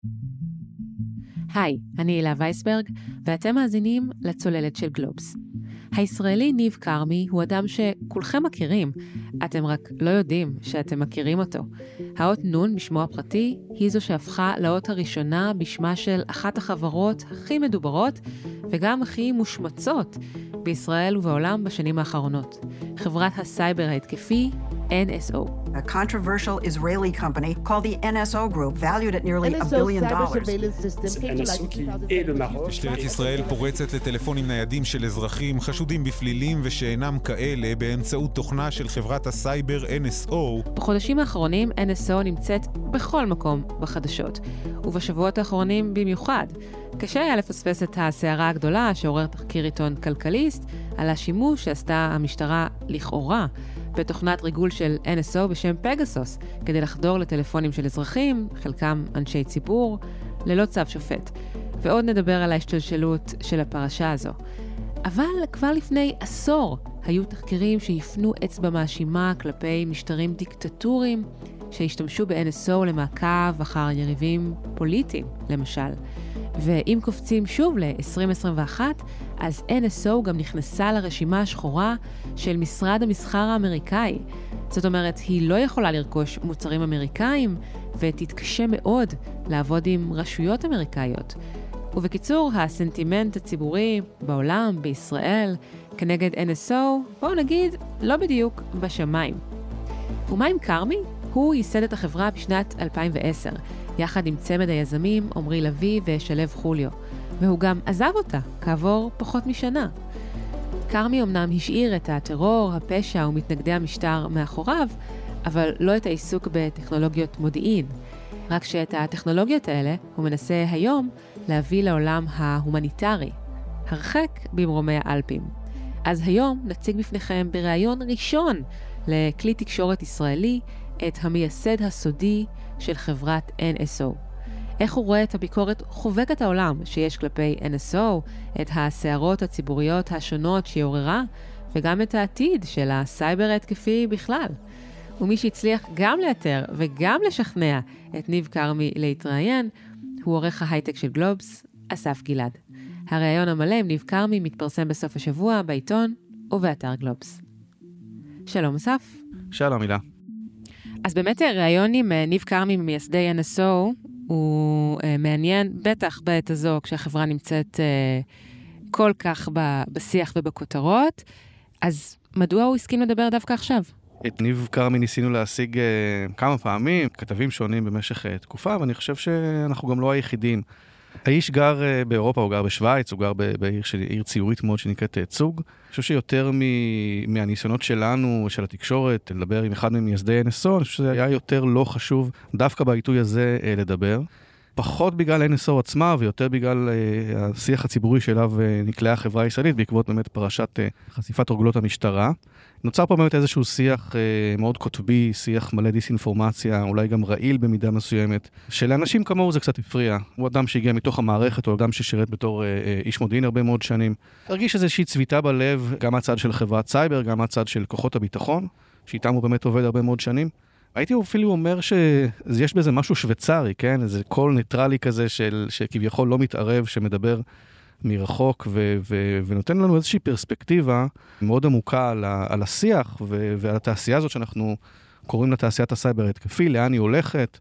היי, אני הילה וייסברג, ואתם מאזינים לצוללת של גלובס. הישראלי ניב כרמי הוא אדם שכולכם מכירים, אתם רק לא יודעים שאתם מכירים אותו. האות נון בשמו הפרטי היא זו שהפכה לאות הראשונה בשמה של אחת החברות הכי מדוברות וגם הכי מושמצות בישראל ובעולם בשנים האחרונות. חברת הסייבר ההתקפי NSO. A controversial Israeli company called the NSO Group, valued at nearly $1 billion. משטרת ישראל פורצת לטלפונים ניידים של אזרחים חשודים בפלילים ושאינם כאלה באמצעות תוכנה של חברת הסייבר NSO. בחודשים האחרונים NSO נמצאת בכל מקום בחדשות, ובשבועות האחרונים במיוחד. קשה היה לפספס את הסערה הגדולה שעורר תחקיר עיתון כלכליסט על השימוש שעשתה המשטרה לכאורה בתוכנת ריגול של NSO בשם פגסוס, כדי לחדור לטלפונים של אזרחים, חלקם אנשי ציבור, ללא צו שופט. ועוד נדבר על ההשתלשלות של הפרשה הזו. אבל כבר לפני עשור היו תחקירים שהפנו אצבע מאשימה כלפי משטרים דיקטטוריים שהשתמשו ב-NSO למעקב אחר יריבים פוליטיים, למשל. ואם קופצים שוב ל-2021, אז NSO גם נכנסה לרשימה השחורה של משרד המסחר האמריקאי. זאת אומרת, היא לא יכולה לרכוש מוצרים אמריקאים, ותתקשה מאוד לעבוד עם רשויות אמריקאיות. ובקיצור, הסנטימנט הציבורי בעולם, בישראל, כנגד NSO, בואו נגיד, לא בדיוק בשמיים. ומה עם כרמי? הוא ייסד את החברה בשנת 2010, יחד עם צמד היזמים עמרי לוי ושלב חוליו, והוא גם עזב אותה כעבור פחות משנה. כרמי אמנם השאיר את הטרור, הפשע ומתנגדי המשטר מאחוריו, אבל לא את העיסוק בטכנולוגיות מודיעין. רק שאת הטכנולוגיות האלה הוא מנסה היום להביא לעולם ההומניטרי, הרחק במרומי האלפים. אז היום נציג בפניכם בראיון ראשון לכלי תקשורת ישראלי את המייסד הסודי של חברת NSO. איך הוא רואה את הביקורת חובקת העולם שיש כלפי NSO, את הסערות הציבוריות השונות שהיא עוררה, וגם את העתיד של הסייבר ההתקפי בכלל. ומי שהצליח גם לאתר וגם לשכנע את ניב כרמי להתראיין, הוא עורך ההייטק של גלובס, אסף גלעד. הראיון המלא עם ניב כרמי מתפרסם בסוף השבוע בעיתון ובאתר גלובס. שלום אסף. שלום הילה. אז באמת ראיון עם ניב כרמי ממייסדי NSO הוא מעניין, בטח בעת הזו כשהחברה נמצאת כל כך בשיח ובכותרות. אז מדוע הוא הסכים לדבר דווקא עכשיו? את ניב כרמי ניסינו להשיג כמה פעמים, כתבים שונים במשך תקופה, ואני חושב שאנחנו גם לא היחידים. האיש גר באירופה, הוא גר בשוויץ, הוא גר בעיר ציורית מאוד שנקראת צוג. אני חושב שיותר מהניסיונות שלנו, של התקשורת, לדבר עם אחד ממייסדי NSO, אני חושב שזה היה יותר לא חשוב דווקא בעיתוי הזה לדבר. פחות בגלל NSO עצמה, ויותר בגלל השיח הציבורי שאליו נקלעה החברה הישראלית, בעקבות באמת פרשת חשיפת רוגלות המשטרה. נוצר פה באמת איזשהו שיח מאוד קוטבי, שיח מלא דיסאינפורמציה, אולי גם רעיל במידה מסוימת, שלאנשים כמוהו זה קצת הפריע. הוא אדם שהגיע מתוך המערכת, או אדם ששירת בתור איש מודיעין הרבה מאוד שנים. הרגיש איזושהי צביטה בלב, גם מהצד של חברת סייבר, גם מהצד של כוחות הביטחון, שאיתם הוא באמת עובד הרבה מאוד שנים. הייתי אפילו אומר שיש בזה משהו שוויצרי, כן? איזה קול ניטרלי כזה שכביכול לא מתערב, שמדבר מרחוק ונותן לנו איזושהי פרספקטיבה מאוד עמוקה על השיח ועל התעשייה הזאת שאנחנו קוראים לה תעשיית הסייבר ההתקפי, לאן היא הולכת,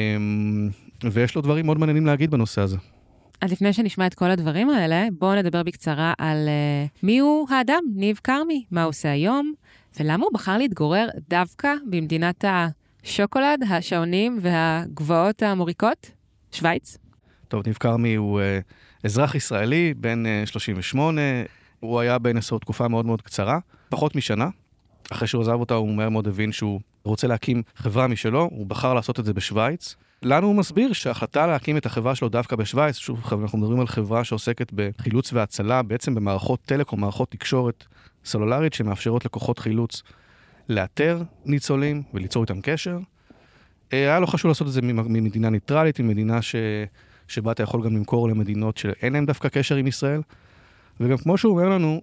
ויש לו דברים מאוד מעניינים להגיד בנושא הזה. אז לפני שנשמע את כל הדברים האלה, בואו נדבר בקצרה על מי הוא האדם, ניב כרמי, מה הוא עושה היום, ולמה הוא בחר להתגורר דווקא במדינת השוקולד, השעונים והגבעות המוריקות, שוויץ. טוב, ניב כרמי הוא אזרח ישראלי, בן 38, הוא היה ב-NSO תקופה מאוד מאוד קצרה, פחות משנה. אחרי שהוא עזב אותה, הוא מהר מאוד הבין שהוא רוצה להקים חברה משלו, הוא בחר לעשות את זה בשוויץ. לנו הוא מסביר שההחלטה להקים את החברה שלו דווקא בשוויץ, שוב, אנחנו מדברים על חברה שעוסקת בחילוץ והצלה, בעצם במערכות טלקום, מערכות תקשורת סלולרית שמאפשרות לכוחות חילוץ לאתר ניצולים וליצור איתם קשר. היה לו חשוב לעשות את זה ממדינה ניטרלית, ממדינה שבה אתה יכול גם למכור למדינות שאין להם דווקא קשר עם ישראל. וגם כמו שהוא אומר לנו,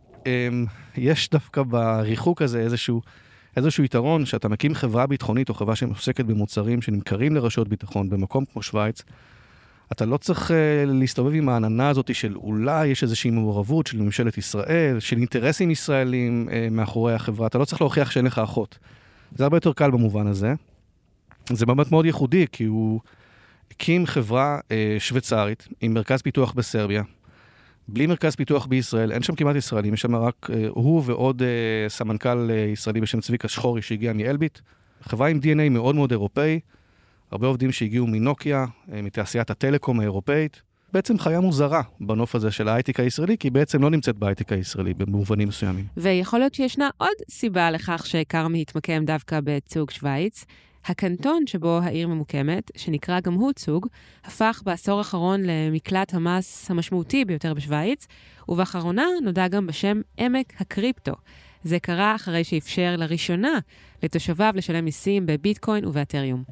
יש דווקא בריחוק הזה איזשהו יתרון, שאתה מקים חברה ביטחונית או חברה שעוסקת במוצרים שנמכרים לרשויות ביטחון במקום כמו שוויץ, אתה לא צריך להסתובב עם העננה הזאת של אולי יש איזושהי מעורבות של ממשלת ישראל, של אינטרסים ישראלים מאחורי החברה. אתה לא צריך להוכיח שאין לך אחות. זה הרבה יותר קל במובן הזה. זה באמת מאוד ייחודי, כי הוא הקים חברה שוויצרית עם מרכז פיתוח בסרביה. בלי מרכז פיתוח בישראל, אין שם כמעט ישראלים, יש שם רק הוא ועוד סמנכ"ל ישראלי בשם צביקה שחורי שהגיע מאלביט. חברה עם DNA מאוד מאוד אירופאי, הרבה עובדים שהגיעו מנוקיה, מתעשיית הטלקום האירופאית. בעצם חיה מוזרה בנוף הזה של ההייטק הישראלי, כי היא בעצם לא נמצאת בהייטק הישראלי במובנים מסוימים. ויכול להיות שישנה עוד סיבה לכך שכרמי התמקם דווקא בצוג שוויץ. הקנטון שבו העיר ממוקמת, שנקרא גם הוא צוג, הפך בעשור האחרון למקלט המס המשמעותי ביותר בשוויץ, ובאחרונה נודע גם בשם עמק הקריפטו. זה קרה אחרי שאפשר לראשונה לתושביו לשלם מיסים בביטקוין ובאתריום.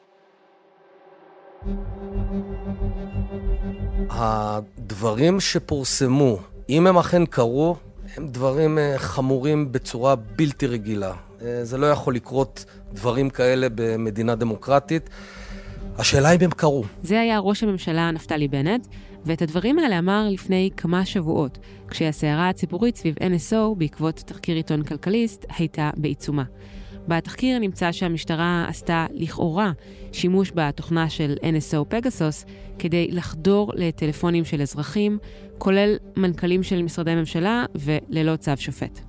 הדברים שפורסמו, אם הם אכן קרו, הם דברים חמורים בצורה בלתי רגילה. זה לא יכול לקרות דברים כאלה במדינה דמוקרטית. השאלה אם הם קרו. זה היה ראש הממשלה נפתלי בנט, ואת הדברים האלה אמר לפני כמה שבועות, כשהסערה הציבורית סביב NSO בעקבות תחקיר עיתון כלכליסט הייתה בעיצומה. בתחקיר נמצא שהמשטרה עשתה לכאורה שימוש בתוכנה של NSO פגסוס כדי לחדור לטלפונים של אזרחים, כולל מנכ"לים של משרדי ממשלה וללא צו שופט.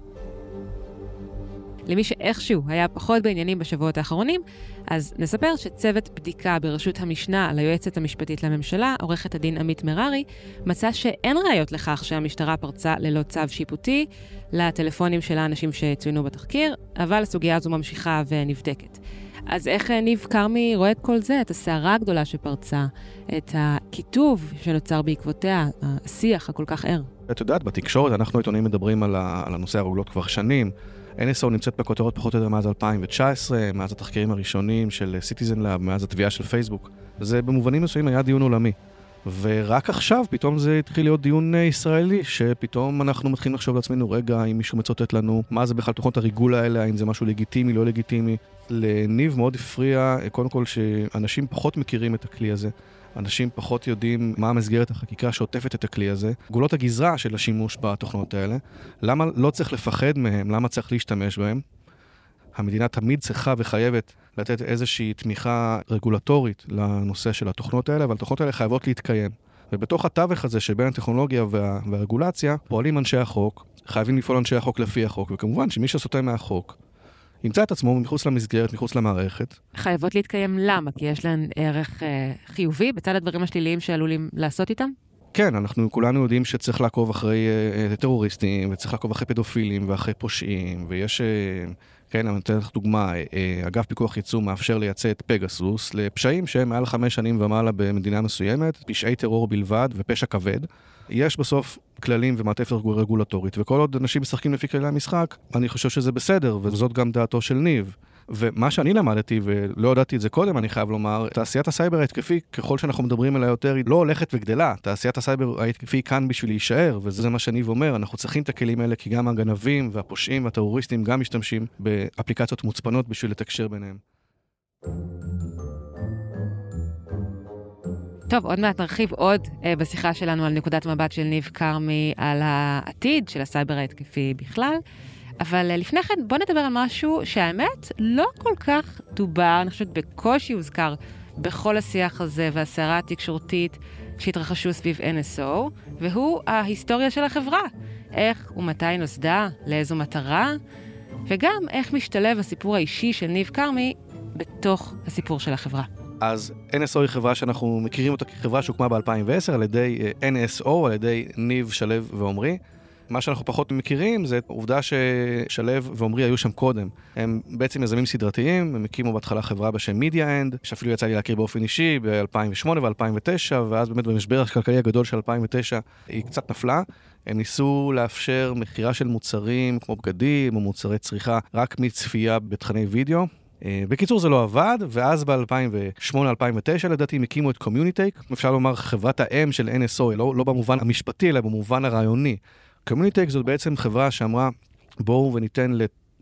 למי שאיכשהו היה פחות בעניינים בשבועות האחרונים, אז נספר שצוות בדיקה בראשות המשנה ליועצת המשפטית לממשלה, עורכת הדין עמית מררי, מצא שאין ראיות לכך שהמשטרה פרצה ללא צו שיפוטי לטלפונים של האנשים שצוינו בתחקיר, אבל הסוגיה הזו ממשיכה ונבדקת. אז איך ניב כרמי רואה את כל זה, את הסערה הגדולה שפרצה, את הכיתוב שנוצר בעקבותיה, השיח הכל כך ער? את יודעת, בתקשורת אנחנו עיתונים מדברים על הנושא הרוגלות כבר שנים. NSO נמצאת בכותרות פחות או יותר מאז 2019, מאז התחקירים הראשונים של Citizen Lab, מאז התביעה של פייסבוק. זה במובנים מסוימים היה דיון עולמי. ורק עכשיו פתאום זה התחיל להיות דיון ישראלי, שפתאום אנחנו מתחילים לחשוב לעצמנו, רגע, אם מישהו מצוטט לנו, מה זה בכלל תוכנות הריגול האלה, האם זה משהו לגיטימי, לא לגיטימי. לניב מאוד הפריע, קודם כל שאנשים פחות מכירים את הכלי הזה. אנשים פחות יודעים מה המסגרת החקיקה שעוטפת את הכלי הזה, גבולות הגזרה של השימוש בתוכנות האלה, למה לא צריך לפחד מהם, למה צריך להשתמש בהם. המדינה תמיד צריכה וחייבת לתת איזושהי תמיכה רגולטורית לנושא של התוכנות האלה, אבל התוכנות האלה חייבות להתקיים. ובתוך התווך הזה שבין הטכנולוגיה והרגולציה, פועלים אנשי החוק, חייבים לפעול אנשי החוק לפי החוק, וכמובן שמי שסוטה מהחוק, ימצא את עצמו מחוץ למסגרת, מחוץ למערכת. חייבות להתקיים למה? כי יש להן ערך חיובי בצד הדברים השליליים שעלולים לעשות איתם? כן, אנחנו כולנו יודעים שצריך לעקוב אחרי טרוריסטים, וצריך לעקוב אחרי פדופילים ואחרי פושעים, ויש, כן, אני אתן לך דוגמה, אגף פיקוח ייצוא מאפשר לייצא את פגסוס לפשעים שהם מעל 5 שנים ומעלה במדינה מסוימת, פשעי טרור בלבד ופשע כבד. יש בסוף כללים ומעטפת רגולטורית, וכל עוד אנשים משחקים לפי כללי המשחק, אני חושב שזה בסדר, וזאת גם דעתו של ניב. ומה שאני למדתי, ולא ידעתי את זה קודם, אני חייב לומר, תעשיית הסייבר ההתקפי, ככל שאנחנו מדברים עליה יותר, היא לא הולכת וגדלה. תעשיית הסייבר ההתקפי כאן בשביל להישאר, וזה מה שאני אומר, אנחנו צריכים את הכלים האלה, כי גם הגנבים והפושעים והטרוריסטים גם משתמשים באפליקציות מוצפנות בשביל לתקשר ביניהם. טוב, עוד מעט נרחיב עוד בשיחה שלנו על נקודת מבט של ניב כרמי, על העתיד של הסייבר ההתקפי בכלל. אבל לפני כן בוא נדבר על משהו שהאמת לא כל כך דובר, אני חושבת בקושי הוזכר בכל השיח הזה והסערה התקשורתית שהתרחשו סביב NSO, והוא ההיסטוריה של החברה. איך ומתי נוסדה, לאיזו מטרה, וגם איך משתלב הסיפור האישי של ניב כרמי בתוך הסיפור של החברה. אז NSO היא חברה שאנחנו מכירים אותה כחברה שהוקמה ב-2010 על ידי NSO, על ידי ניב, שלב ועומרי. מה שאנחנו פחות מכירים זה עובדה ששלב ועומרי היו שם קודם. הם בעצם יזמים סדרתיים, הם הקימו בהתחלה חברה בשם Media End, שאפילו יצא לי להכיר באופן אישי ב-2008 ו-2009, ואז באמת במשבר הכלכלי הגדול של 2009 היא קצת נפלה. הם ניסו לאפשר מחירה של מוצרים כמו בגדים או מוצרי צריכה רק מצפייה בתכני וידאו. בקיצור זה לא עבד, ואז ב-2008-2009 לדעתי הם הקימו את Communitake, אפשר לומר חברת האם של NSO, לא במובן המשפטי אלא במובן הרעיוני. Communitake זאת בעצם חברה שאמרה בואו וניתן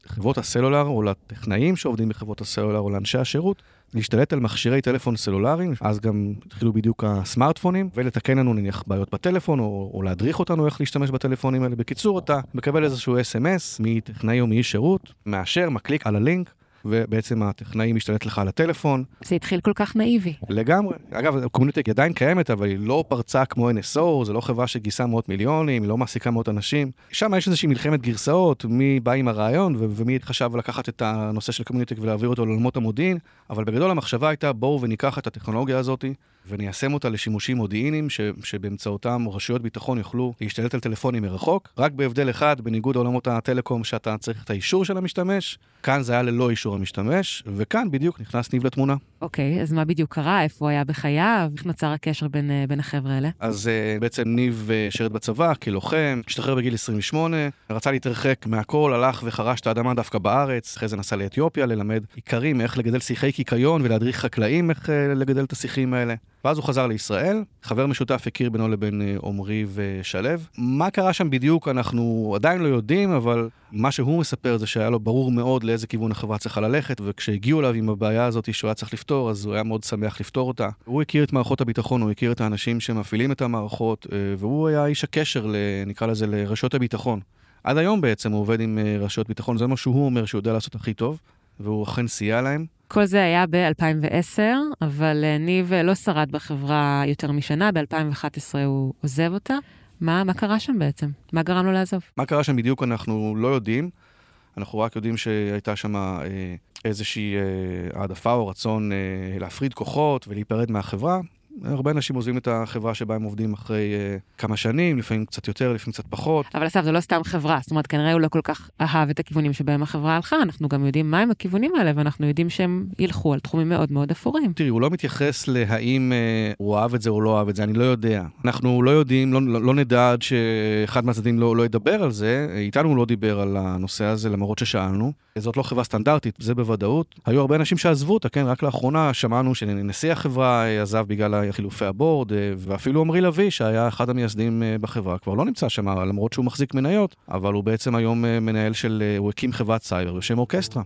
לחברות הסלולר או לטכנאים שעובדים בחברות הסלולר או לאנשי השירות, להשתלט על מכשירי טלפון סלולריים, אז גם התחילו בדיוק הסמארטפונים, ולתקן לנו נניח בעיות בטלפון, או להדריך אותנו איך להשתמש בטלפונים האלה. בקיצור, אתה מקבל איזשהו SMS מטכנאי או מאיש שירות, מאשר, מקליק על הלינק, ובעצם הטכנאי משתלט לך על הטלפון. זה התחיל כל כך נאיבי. לגמרי. אגב, הקומיוניטי עדיין קיימת, אבל היא לא פרצה כמו NSO, זה לא חברה שגייסה מאות מיליונים, היא לא מעסיקה מאות אנשים. שם יש איזושהי מלחמת גרסאות, מי בא עם הרעיון, ומי חשב לקחת את הנושא של קומיוניטי ולהעביר אותו לעולמות המודיעין, אבל בגדול המחשבה הייתה, בואו וניקח את הטכנולוגיה הזאת, וניישם אותה לשימושים מודיעיניים, שבאמצעותם רשויות ביטחון יוכלו להשתלט על טלפונים מרחוק, רק בהבדל אחד, בניגוד לעולמות הטלקום, שאתה צריך את האישור של המשתמש, כאן זה היה ללא אישור המשתמש, וכאן בדיוק נכנס ניב לתמונה. אוקיי, אז מה בדיוק קרה? איפה הוא היה בחייו? איך נוצר הקשר בין החבר'ה האלה? אז בעצם ניב שרת בצבא כלוחם, השתחרר בגיל 28, רצה להתרחק מהכל, הלך וחרש את האדמה דווקא בארץ, אחרי זה נסע לאתיופיה ללמד עיקרים איך לגדל שיחי קיקיון ולהדריך חקלאים איך לגדל את השיחים האלה. ואז הוא חזר לישראל, חבר משותף הכיר בינו לבין עומרי ושלב. מה קרה שם בדיוק אנחנו עדיין לא יודעים, אבל מה שהוא מספר זה שהיה לו ברור מאוד לאיזה כיוון החברה צריכה ללכת, וכשהגיעו אליו עם הבעיה הזאת שהוא היה צריך לפתור, אז הוא היה מאוד שמח לפתור אותה. הוא הכיר את מערכות הביטחון, הוא הכיר את האנשים שמפעילים את המערכות, והוא היה איש הקשר, נקרא לזה, לרשויות הביטחון. עד היום בעצם הוא עובד עם רשויות ביטחון, זה מה שהוא אומר שהוא יודע לעשות הכי טוב, והוא אכן סייע להם. כל זה היה ב-2010, אבל ניב לא שרד בחברה יותר משנה, ב-2011 הוא עוזב אותה. מה קרה שם בעצם? מה גרם לו לעזוב? מה קרה שם בדיוק אנחנו לא יודעים, אנחנו רק יודעים שהייתה שם איזושהי העדפה או רצון להפריד כוחות ולהיפרד מהחברה. הרבה אנשים עוזבים את החברה שבה הם עובדים אחרי כמה שנים, לפעמים קצת יותר, לפעמים קצת פחות. אבל אסף, זה לא סתם חברה, זאת אומרת, כנראה הוא לא כל כך אהב את הכיוונים שבהם החברה הלכה, אנחנו גם יודעים מהם הכיוונים האלה, ואנחנו יודעים שהם ילכו על תחומים מאוד מאוד אפורים. תראי, הוא לא מתייחס להאם הוא אהב את זה או לא אהב את זה, אני לא יודע. אנחנו לא יודעים, לא נדע עד שאחד מהצדדים לא ידבר על זה, איתנו הוא לא דיבר על הנושא הזה, למרות ששאלנו. זאת לא חברה סטנדרטית, זה בוודאות. היו הרבה אנשים שעזבו אותה, כן? רק לאחרונה שמענו שנשיא החברה עזב בגלל חילופי הבורד, ואפילו עמרי לוי, שהיה אחד המייסדים בחברה, כבר לא נמצא שם, למרות שהוא מחזיק מניות, אבל הוא בעצם היום מנהל הוא הקים חברת סייבר בשם אורקסטרה.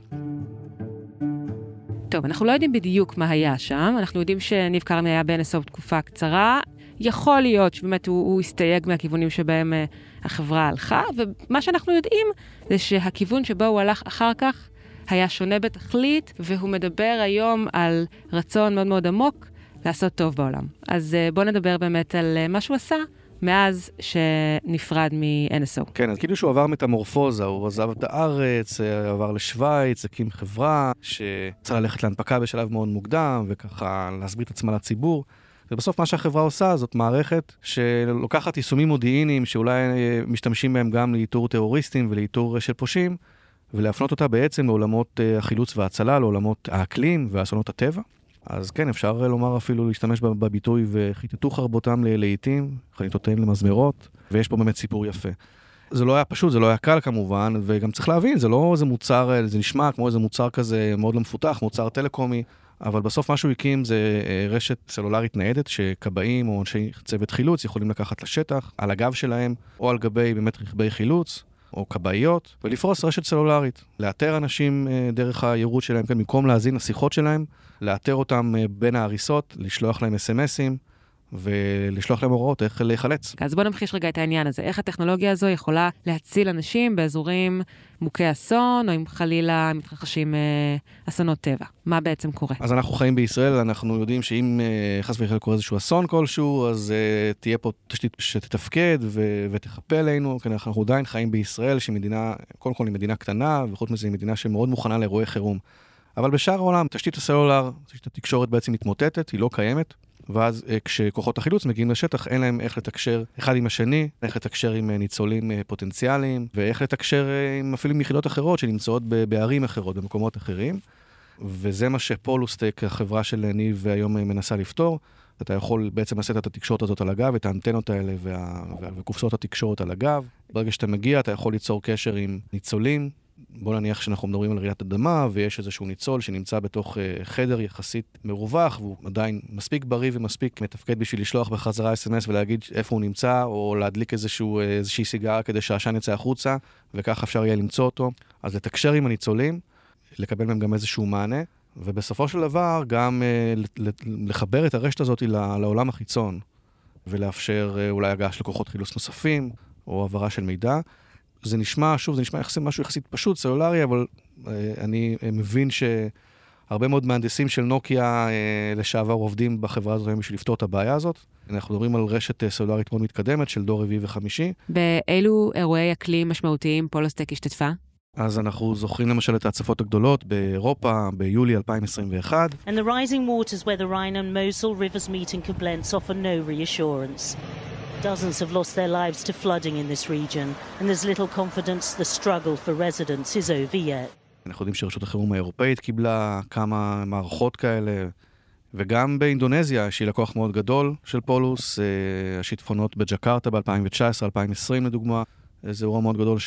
טוב, אנחנו לא יודעים בדיוק מה היה שם, אנחנו יודעים שניב קרני היה ב-NSO תקופה קצרה, יכול להיות שבאמת הוא הסתייג מהכיוונים שבהם החברה הלכה, ומה שאנחנו יודעים זה שהכיוון שבו הוא הלך אחר כך היה שונה בתכלית, והוא מדבר היום על רצון מאוד מאוד עמוק לעשות טוב בעולם. אז בוא נדבר באמת על מה שהוא עשה מאז שנפרד מ-NSO. כן, אז כאילו שהוא עבר מטמורפוזה, הוא עזב את הארץ, עבר לשוויץ, הקים חברה שצריכה ללכת להנפקה בשלב מאוד מוקדם, וככה להסביר את עצמה לציבור. ובסוף מה שהחברה עושה זאת מערכת שלוקחת יישומים מודיעיניים שאולי משתמשים בהם גם לאיתור טרוריסטים ולאיתור של פושעים, ולהפנות אותה בעצם לעולמות החילוץ וההצלה, לעולמות האקלים ואסונות הטבע. אז כן, אפשר לומר אפילו להשתמש בביטוי וחיטטו חרבותם לעיתים, חניתותיהם למזמרות, ויש פה באמת סיפור יפה. זה לא היה פשוט, זה לא היה קל כמובן, וגם צריך להבין, זה לא איזה מוצר, זה נשמע כמו איזה מוצר כזה מאוד לא מפותח, מוצר טלקומי, אבל בסוף מה שהוא הקים זה רשת סלולרית ניידת, שקבעים או אנשי צוות חילוץ יכולים לקחת לשטח, על הגב שלהם, או על גבי באמת רכבי חילוץ, או קבעיות, ולפרוס רשת סלולרית, לאתר אנשים דרך היירוט שלהם, כן, במקום להזין לשיחות שלהם, לאתר אותם בין ההריסות, לשלוח להם SMS'ים, ולשלוח להם הוראות איך להיחלץ. אז בוא נמחיש רגע את העניין הזה. איך הטכנולוגיה הזו יכולה להציל אנשים באזורים מוכי אסון, או אם חלילה מתרחשים אסונות טבע? מה בעצם קורה? אז אנחנו חיים בישראל, אנחנו יודעים שאם חס וחלילה קורה איזשהו אסון כלשהו, אז תהיה פה תשתית שתתפקד ותחפה עלינו. כן, אנחנו עדיין חיים בישראל, שהיא מדינה, קודם כל היא מדינה קטנה, וחוץ מזה היא מדינה שמאוד מוכנה לאירועי חירום. אבל בשאר העולם, תשתית הסלולר, תשתית התקשורת בעצם מתמוטטת, היא לא קיימת. ואז כשכוחות החילוץ מגיעים לשטח, אין להם איך לתקשר אחד עם השני, איך לתקשר עם ניצולים פוטנציאליים, ואיך לתקשר עם אפילו עם יחידות אחרות שנמצאות בערים אחרות, במקומות אחרים. וזה מה שפולוסטק, החברה של ניב, היום מנסה לפתור. אתה יכול בעצם לשאת את התקשורת הזאת על הגב, את האנטנות האלה וקופסאות התקשורת על הגב. ברגע שאתה מגיע, אתה יכול ליצור קשר עם ניצולים, בוא נניח שאנחנו מדברים על רעידת אדמה, ויש איזשהו ניצול שנמצא בתוך חדר יחסית מרווח, והוא עדיין מספיק בריא ומספיק מתפקד בשביל לשלוח בחזרה SMS ולהגיד איפה הוא נמצא, או להדליק איזושהי סיגרה כדי שהעשן יצא החוצה, וכך אפשר יהיה למצוא אותו. אז לתקשר עם הניצולים, לקבל מהם גם איזשהו מענה, ובסופו של דבר גם לחבר את הרשת הזאת לעולם החיצון, ולאפשר אולי הגעה של כוחות חילוץ נוספים, או העברה של מידע. זה נשמע משהו יחסית פשוט, סלולרי, אבל אני מבין שהרבה מאוד מהנדסים של נוקיה לשעבר עובדים בחברה הזאת בשביל לפתור את הבעיה הזאת. אנחנו מדברים על רשת סלולרית מאוד מתקדמת של דור רביעי וחמישי. באילו אירועי אקלים משמעותיים פולוסטק השתתפה? אז אנחנו זוכרים למשל את ההצפות הגדולות באירופה ביולי 2021. And the rising waters where the Rhine and Mosel rivers meet in Koblenz offer no reassurance. Dozens have lost their lives to flooding in this region, and there's little confidence the struggle for residents is over yet. אנחנו יודעים שרשות החירום האירופאית קיבלה כמה מערכות כאלה, וגם באינדונזיה, שהיא לקוח מאוד גדול של פולוס, השיטפונות בג'קרטה ב-2019, 2020 לדוגמה, זה אירוע מאוד גדול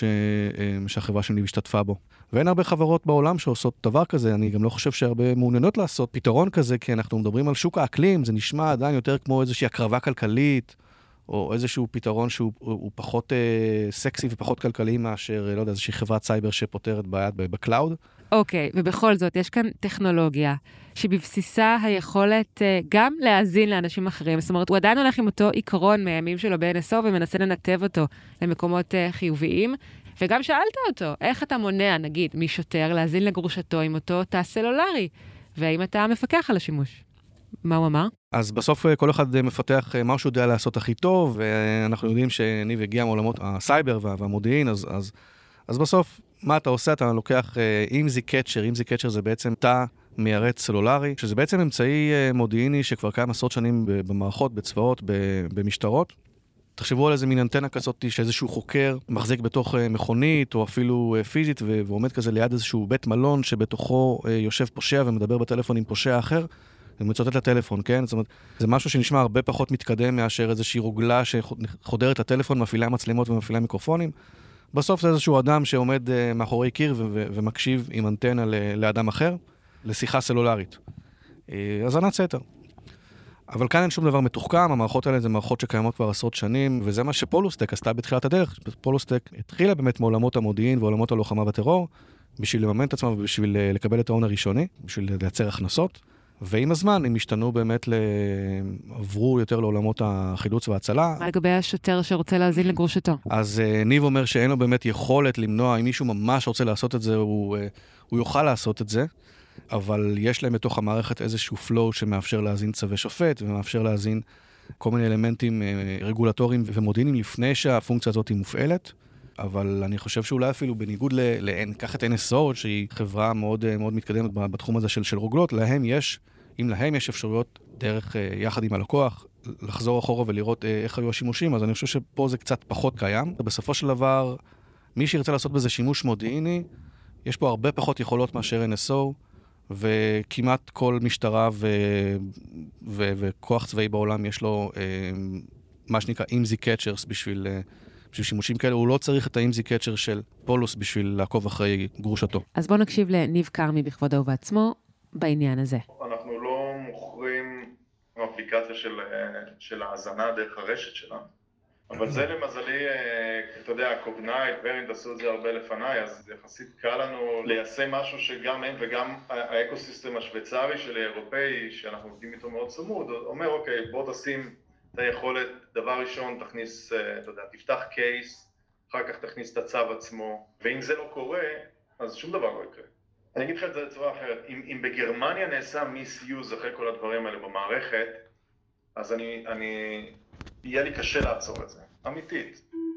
שהחברה שלי השתתפה בו. ואין הרבה חברות בעולם שעושות דבר כזה, אני גם לא חושב שהרבה מעוניינות לעשות פתרון כזה, כי אנחנו מדברים על שוק האקלים, זה נשמע עדיין יותר כמו איזושהי הקרבה כלכלית, או איזשהו פתרון שהוא פחות סקסי ופחות כלכלי מאשר, לא יודע, איזושהי חברת סייבר שפותרת בעיית בקלאוד. אוקיי, ובכל זאת, יש כאן טכנולוגיה שבבסיסה היכולת גם להאזין לאנשים אחרים. זאת אומרת, הוא עדיין הולך עם אותו עיקרון מהימים שלו ב-NSO ומנסה לנתב אותו למקומות חיוביים. וגם שאלת אותו, איך אתה מונע, נגיד, משוטר להאזין לגרושתו עם אותו תא סלולרי? והאם אתה מפקח על השימוש? מה הוא אמר? אז בסוף כל אחד מפתח מה שהוא יודע לעשות הכי טוב, ואנחנו יודעים שניב הגיע מעולמות הסייבר והמודיעין, אז בסוף מה אתה עושה? אתה לוקח אימזי קצ'ר זה בעצם תא מיירט סלולרי, שזה בעצם אמצעי מודיעיני שכבר קיים עשרות שנים במערכות, בצבאות, במשטרות. תחשבו על איזה מין אנטנה כזאת שאיזשהו חוקר מחזיק בתוך מכונית או אפילו פיזית ועומד כזה ליד איזשהו בית מלון שבתוכו יושב פושע ומדבר בטלפון עם פושע אחר. ומצוטט לטלפון, כן? זאת אומרת, זה משהו שנשמע הרבה פחות מתקדם מאשר איזושהי רוגלה שחודרת לטלפון, מפעילה מצלמות ומפעילה מיקרופונים. בסוף זה איזשהו אדם שעומד מאחורי קיר ומקשיב עם אנטנה לאדם אחר, לשיחה סלולרית. האזנת סתר. אבל כאן אין שום דבר מתוחכם, המערכות האלה זה מערכות שקיימות כבר עשרות שנים, וזה מה שפולוסטק עשתה בתחילת הדרך. פולוסטק התחילה באמת מעולמות המודיעין ועולמות הלוחמה בטרור, בשביל לממן את עצמם ובשביל לקבל את ההון הראשוני, בשביל לייצר הכנסות. ועם הזמן הם השתנו באמת, עברו יותר לעולמות החילוץ וההצלה. מה לגבי השוטר שרוצה להזין לגרושתו? אז ניב אומר שאין לו באמת יכולת למנוע, אם מישהו ממש רוצה לעשות את זה, הוא יוכל לעשות את זה, אבל יש להם בתוך המערכת איזשהו flow שמאפשר להזין צווי שופט, ומאפשר להזין כל מיני אלמנטים רגולטוריים ומודיעיניים לפני שהפונקציה הזאת היא מופעלת. אבל אני חושב שאולי אפילו בניגוד קח את NSO, שהיא חברה מאוד, מאוד מתקדמת בתחום הזה של רוגלות, אם להם יש אפשרויות דרך יחד עם הלקוח, לחזור אחורה ולראות איך היו השימושים, אז אני חושב שפה זה קצת פחות קיים. בסופו של דבר, מי שירצה לעשות בזה שימוש מודיעיני, יש פה הרבה פחות יכולות מאשר NSO, וכמעט כל משטרה וכוח צבאי בעולם יש לו מה שנקרא אימזי קצ'רס בשביל שימושים כאלה, הוא לא צריך את האימזי קצ'ר של פולוס בשביל לעקוב אחרי גרושתו. אז בואו נקשיב לניב קרמי בכבודו ובעצמו בעניין הזה. אנחנו לא מוכרים אפליקציה של ההאזנה דרך הרשת שלנו, אבל זה למזלי, אתה יודע, קוגנייט, ורינט עשו את זה הרבה לפניי, אז יחסית קל לנו ליישם משהו שגם הם וגם האקוסיסטם השוויצרי של האירופאי, שאנחנו עובדים איתו מאוד צמוד, אומר, אוקיי, בוא תשים את היכולת, דבר ראשון תכניס, אתה יודע, תפתח קייס, אחר כך תכניס את הצו עצמו, ואם זה לא קורה, אז שום דבר לא יקרה. אני אגיד לך את זה בצורה אחרת, אם בגרמניה נעשה מיס-יוז אחרי כל הדברים האלה במערכת, אז יהיה לי קשה לעצור את זה, אמיתית.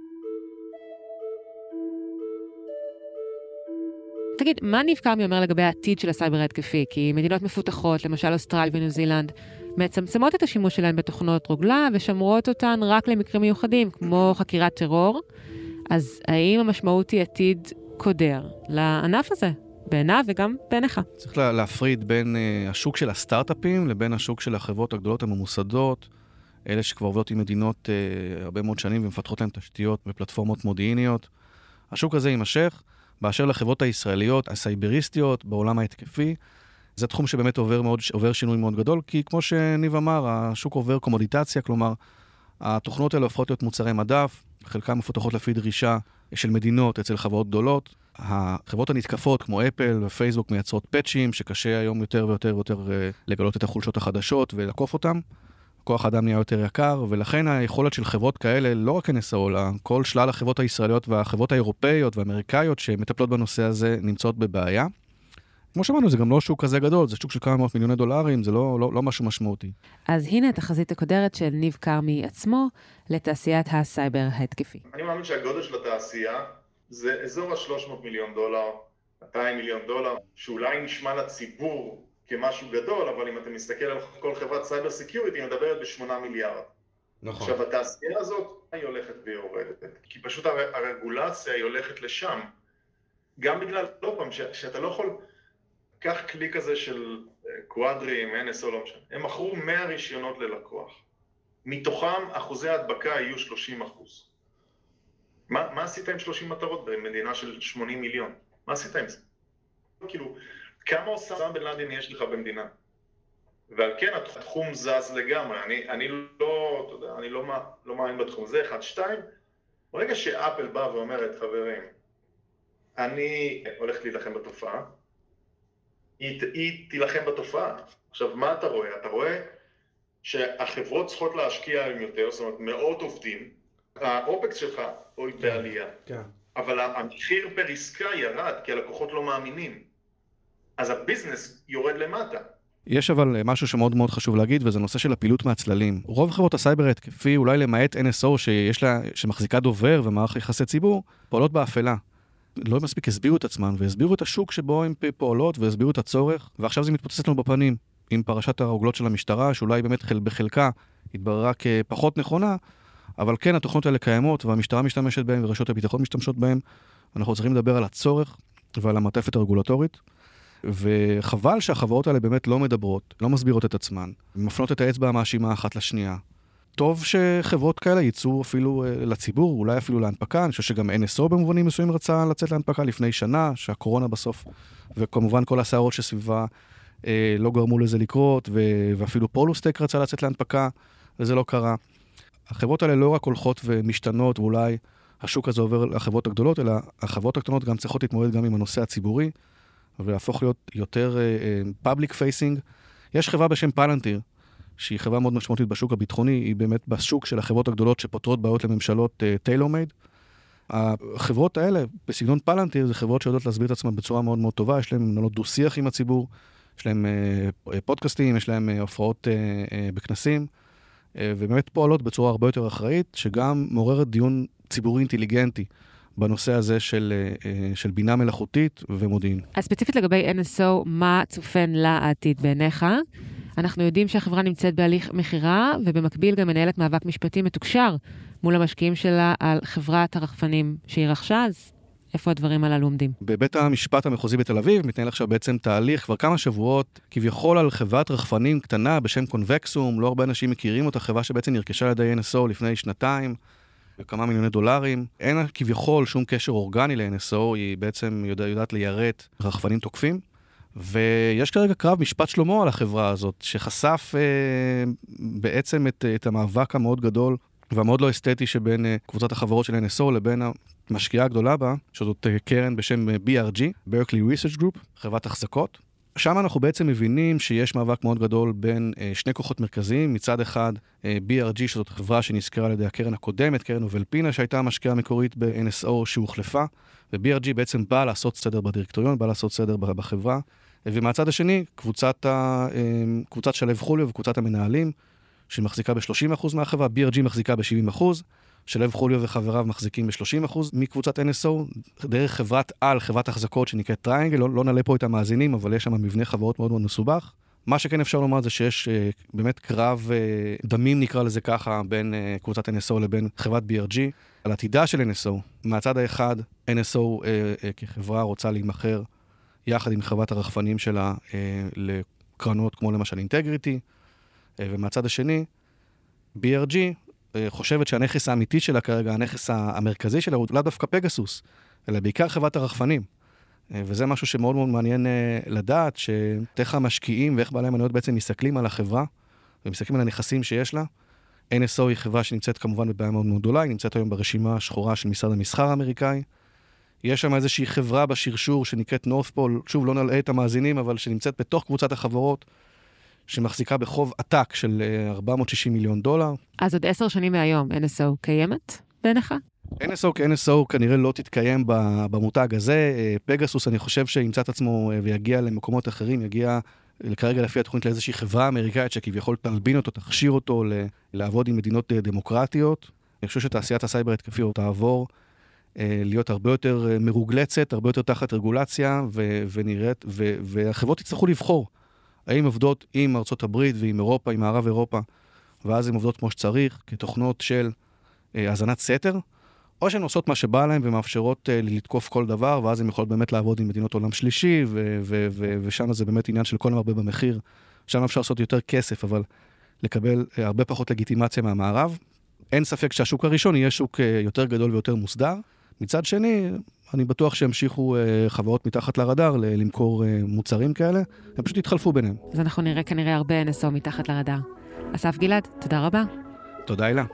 תגיד, מה ניב קרמי אומר לגבי העתיד של הסייבר ההתקפי? כי מדינות מפותחות, למשל אוסטרליה וניו זילנד, מצמצמות את השימוש שלהן בתוכנות רוגלה ושמרות אותן רק למקרים מיוחדים, כמו חקירת טרור. אז האם המשמעות היא עתיד קודר לענף הזה? בעיניו וגם בעיניך. צריך להפריד בין השוק של הסטארט-אפים לבין השוק של החברות הגדולות הממוסדות, אלה שכבר עובדות עם מדינות הרבה מאוד שנים ומפתחות להם תשתיות ופלטפורמות מודיעיניות. השוק הזה יימשך, באשר לחברות הישראליות, הסייבריסטיות, בעולם ההתקפי, זה תחום שבאמת עובר שינוי מאוד גדול, כי כמו שניב אמר, השוק עובר קומודיטציה, כלומר, התוכנות האלה הופכות להיות מוצרי מדף, חלקם מפותחות לפי דרישה של מדינות אצל חברות גדולות. החברות הנתקפות כמו אפל ופייסבוק מייצרות פאצ'ים, שקשה היום יותר ויותר ויותר לגלות את החולשות החדשות ולעקוף אותם. כוח אדם נהיה יותר יקר, ולכן היכולת של חברות כאלה, לא רק NSO, אלא כל שלל החברות הישראליות והחברות האירופאיות והאמריקאיות שמטפלות בנושא הזה נמצאות בבעיה. כמו שאמרנו, זה גם לא שוק כזה גדול, זה שוק של כמה מאות מיליוני דולרים, זה לא משהו משמעותי. אז הנה התחזית הקודרת של ניב כרמי עצמו לתעשיית הסייבר ההתקפי. אני מאמין שהגודל של התעשייה זה אזור ה-300 מיליון דולר, 200 מיליון דולר, שאולי נשמע לציבור כמשהו גדול, אבל אם אתה מסתכל על כל חברת סייבר סקיוריטי, היא מדברת ב8 מיליארד. נכון. עכשיו, התעשייה הזאת היא הולכת ויורדת, כי פשוט הרגולציה היא הולכת לשם. גם בגלל, לא פעם, שאתה לא יכול... כך כלי כזה של קואדרים, NSO, לא משנה. הם מכרו 100 רישיונות ללקוח. מתוכם אחוזי ההדבקה יהיו 30%. מה עשית עם 30 מטרות במדינה של 80 מיליון? מה עשית עם זה? כאילו, כמה אוסמה בן לאדן יש לך במדינה? ועל כן התחום זז לגמרי. אני לא, אתה יודע, אני לא מאמין בתחום. זה 1, 2. ברגע שאפל בא ואומרת, חברים, אני הולכת להילחם בתופעה, היא תילחם בתופעה. עכשיו, מה אתה רואה? אתה רואה שהחברות צריכות להשקיע עם יותר, זאת אומרת, מאות עובדים, האופקס שלך הוא בעלייה. כן. אבל המחיר פר עסקה ירד, כי הלקוחות לא מאמינים. אז הביזנס יורד למטה. יש אבל משהו שמאוד מאוד חשוב להגיד, וזה נושא של הפעילות מהצללים. רוב חברות הסייבר ההתקפי, אולי למעט NSO שמחזיקה דובר ומערך יחסי ציבור, פועלות באפלה. לא מספיק הסבירו את עצמן, והסבירו את השוק שבו הן פועלות, והסבירו את הצורך, ועכשיו זה מתפוצץ לנו בפנים, עם פרשת הרוגלות של המשטרה, שאולי באמת בחלקה התבררה כפחות נכונה, אבל כן, התוכנות האלה קיימות, והמשטרה משתמשת בהן, ורשויות הביטחון משתמשות בהן. אנחנו צריכים לדבר על הצורך, ועל המעטפת הרגולטורית, וחבל שהחברות האלה באמת לא מדברות, לא מסבירות את עצמן, מפנות את האצבע המאשימה אחת לשנייה. טוב שחברות כאלה ייצאו אפילו לציבור, אולי אפילו להנפקה. אני חושב שגם NSO במובנים מסוים רצה לצאת להנפקה לפני שנה, שהקורונה בסוף, וכמובן כל הסערות שסביבה לא גרמו לזה לקרות, ואפילו פולוסטק רצה לצאת להנפקה, וזה לא קרה. החברות האלה לא רק הולכות ומשתנות, ואולי השוק הזה עובר לחברות הגדולות, אלא החברות הקטנות גם צריכות להתמודד גם עם הנושא הציבורי, ולהפוך להיות יותר public facing. יש חברה בשם פלנטיר, שהיא חברה מאוד משמעותית בשוק הביטחוני, היא באמת בשוק של החברות הגדולות שפותרות בעיות לממשלות טיילור-מייד. החברות האלה, בסגנון פלנטיר, זה חברות שיודעות להסביר את עצמן בצורה מאוד מאוד טובה, יש להם מנהלות דו-שיח עם הציבור, יש להם פודקאסטים, יש להם הופעות בכנסים, ובאמת פועלות בצורה הרבה יותר אחראית, שגם מעוררת דיון ציבורי אינטליגנטי בנושא הזה של בינה מלאכותית ומודיעין. אז ספציפית לגבי NSO, מה צופן לעתיד בעיניך? אנחנו יודעים שהחברה נמצאת בהליך מחירה, ובמקביל גם מנהלת מאבק משפטי מתוקשר מול המשקיעים שלה על חברת הרחפנים שהיא רכשה, אז איפה הדברים הללו עומדים? בבית המשפט המחוזי בתל אביב מתנהל עכשיו בעצם תהליך כבר כמה שבועות, כביכול על חברת רחפנים קטנה בשם קונבקסום, לא הרבה אנשים מכירים אותה, חברה שבעצם נרכשה על ידי NSO לפני שנתיים, בכמה מיליוני דולרים. אין כביכול שום קשר אורגני ל-NSO, היא בעצם יודעת ליירט רחפנים תוקפים. ויש כרגע קרב משפט שלמה על החברה הזאת, שחשף בעצם את המאבק המאוד גדול והמאוד לא אסתטי שבין קבוצת החברות של NSO לבין המשקיעה הגדולה בה, שזאת קרן בשם BRG, Berkeley Research Group, חברת החזקות. שם אנחנו בעצם מבינים שיש מאבק מאוד גדול בין שני כוחות מרכזיים, מצד אחד BRG, שזאת חברה שנזכרה על ידי הקרן הקודמת, קרן אובלפינה, שהייתה המשקיעה המקורית ב-NSO שהוחלפה, ו-BRG בעצם באה לעשות סדר בדירקטוריון, באה לעשות סדר בחברה, ומהצד השני, קבוצת שלב חוליו וקבוצת המנהלים, שמחזיקה ב-30% מהחברה, BRG מחזיקה ב-70%, שלב חוליו וחבריו מחזיקים ב-30% מקבוצת NSO, דרך חברת על, חברת החזקות שנקראת טריינגל, לא נעלה פה את המאזינים, אבל יש שם מבנה חברות מאוד מאוד מסובך. מה שכן אפשר לומר זה שיש באמת קרב דמים, נקרא לזה ככה, בין קבוצת NSO לבין חברת BRG, על עתידה של NSO. מהצד האחד, NSO כחברה רוצה להימכר יחד עם חברת הרחפנים שלה לקרנות כמו למשל אינטגריטי, ומהצד השני, BRG חושבת שהנכס האמיתי שלה כרגע, הנכס המרכזי שלה הוא לא דווקא פגסוס, אלא בעיקר חברת הרחפנים. וזה משהו שמאוד מאוד מעניין לדעת, שאיך המשקיעים ואיך בעלי המניות בעצם מסתכלים על החברה, ומסתכלים על הנכסים שיש לה. NSO היא חברה שנמצאת כמובן בבעיה מאוד מאוד גדולה, היא נמצאת היום ברשימה השחורה של משרד המסחר האמריקאי. יש שם איזושהי חברה בשרשור שנקראת נורת'פול, שוב לא נלאה את המאזינים, אבל שנמצאת בתוך קבוצת החברות, שמחזיקה בחוב עתק של $460 מיליון. אז עוד 10 שנים מהיום, NSO קיימת בעיניך? NSO כנראה לא תתקיים במותג הזה. פגסוס אני חושב שימצא את עצמו ויגיע למקומות אחרים, יגיע כרגע לפי התוכנית לאיזושהי חברה אמריקאית שכביכול תלבין אותו, תכשיר אותו לעבוד עם מדינות דמוקרטיות. אני חושב שתעשיית הסייבר התקפי תעבור להיות הרבה יותר מרוגלצת, הרבה יותר תחת רגולציה, ונראית, והחברות יצטרכו לבחור האם עובדות עם ארצות הברית ועם אירופה, עם מערב אירופה, ואז הן עובדות כמו שצריך, כתוכנות של הזנת סתר, או שהן עושות מה שבא להן ומאפשרות לתקוף כל דבר, ואז הן יכולות באמת לעבוד עם מדינות עולם שלישי, ושם זה באמת עניין של כל הרבה במחיר. שם אפשר לעשות יותר כסף, אבל לקבל הרבה פחות לגיטימציה מהמערב. אין ספק שהשוק הראשון יהיה שוק יותר גדול ויותר מוסדר. מצד שני, אני בטוח שימשיכו חברות מתחת לרדאר למכור מוצרים כאלה, הם פשוט יתחלפו ביניהם. אז אנחנו נראה כנראה הרבה NSO מתחת לרדאר. אסף גלעד, תודה רבה. תודה אילה.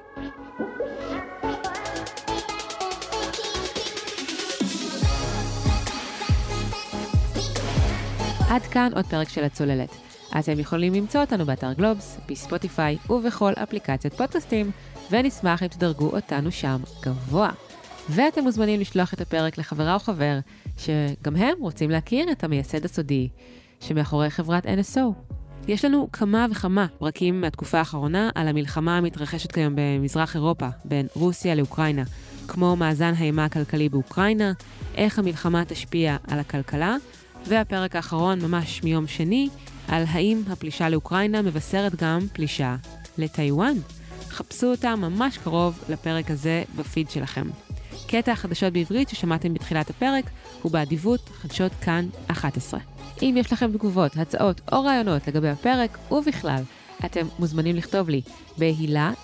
עד כאן עוד פרק של הצוללת. אתם יכולים למצוא אותנו באתר גלובס, בספוטיפיי ובכל אפליקציות פודקאסטים, ונשמח אם תדרגו אותנו שם גבוה. ואתם מוזמנים לשלוח את הפרק לחברה או חבר, שגם הם רוצים להכיר את המייסד הסודי שמאחורי חברת NSO. יש לנו כמה וכמה פרקים מהתקופה האחרונה על המלחמה המתרחשת כיום במזרח אירופה, בין רוסיה לאוקראינה, כמו מאזן האימה הכלכלי באוקראינה, איך המלחמה תשפיע על הכלכלה, והפרק האחרון ממש מיום שני, על האם הפלישה לאוקראינה מבשרת גם פלישה לטיואן. חפשו אותה ממש קרוב לפרק הזה בפיד שלכם. קטע החדשות בעברית ששמעתם בתחילת הפרק הוא באדיבות חדשות כאן 11. אם יש לכם תגובות, הצעות או רעיונות לגבי הפרק ובכלל, אתם מוזמנים לכתוב לי בהילה,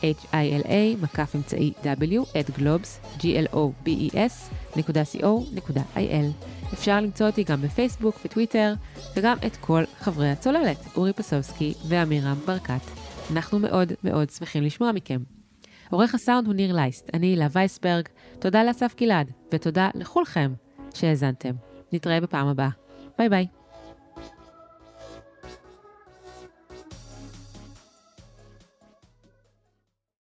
hila@globes.co.il. אפשר למצוא אותי גם בפייסבוק וטוויטר, וגם את כל חברי הצוללת, אורי פסובסקי ואמירם ברקת. אנחנו מאוד מאוד שמחים לשמוע מכם. עורך הסאונד הוא ניר לייסט, אני הילה וייסברג, תודה לאסף גלעד, ותודה לכולכם שהאזנתם. נתראה בפעם הבאה. ביי ביי.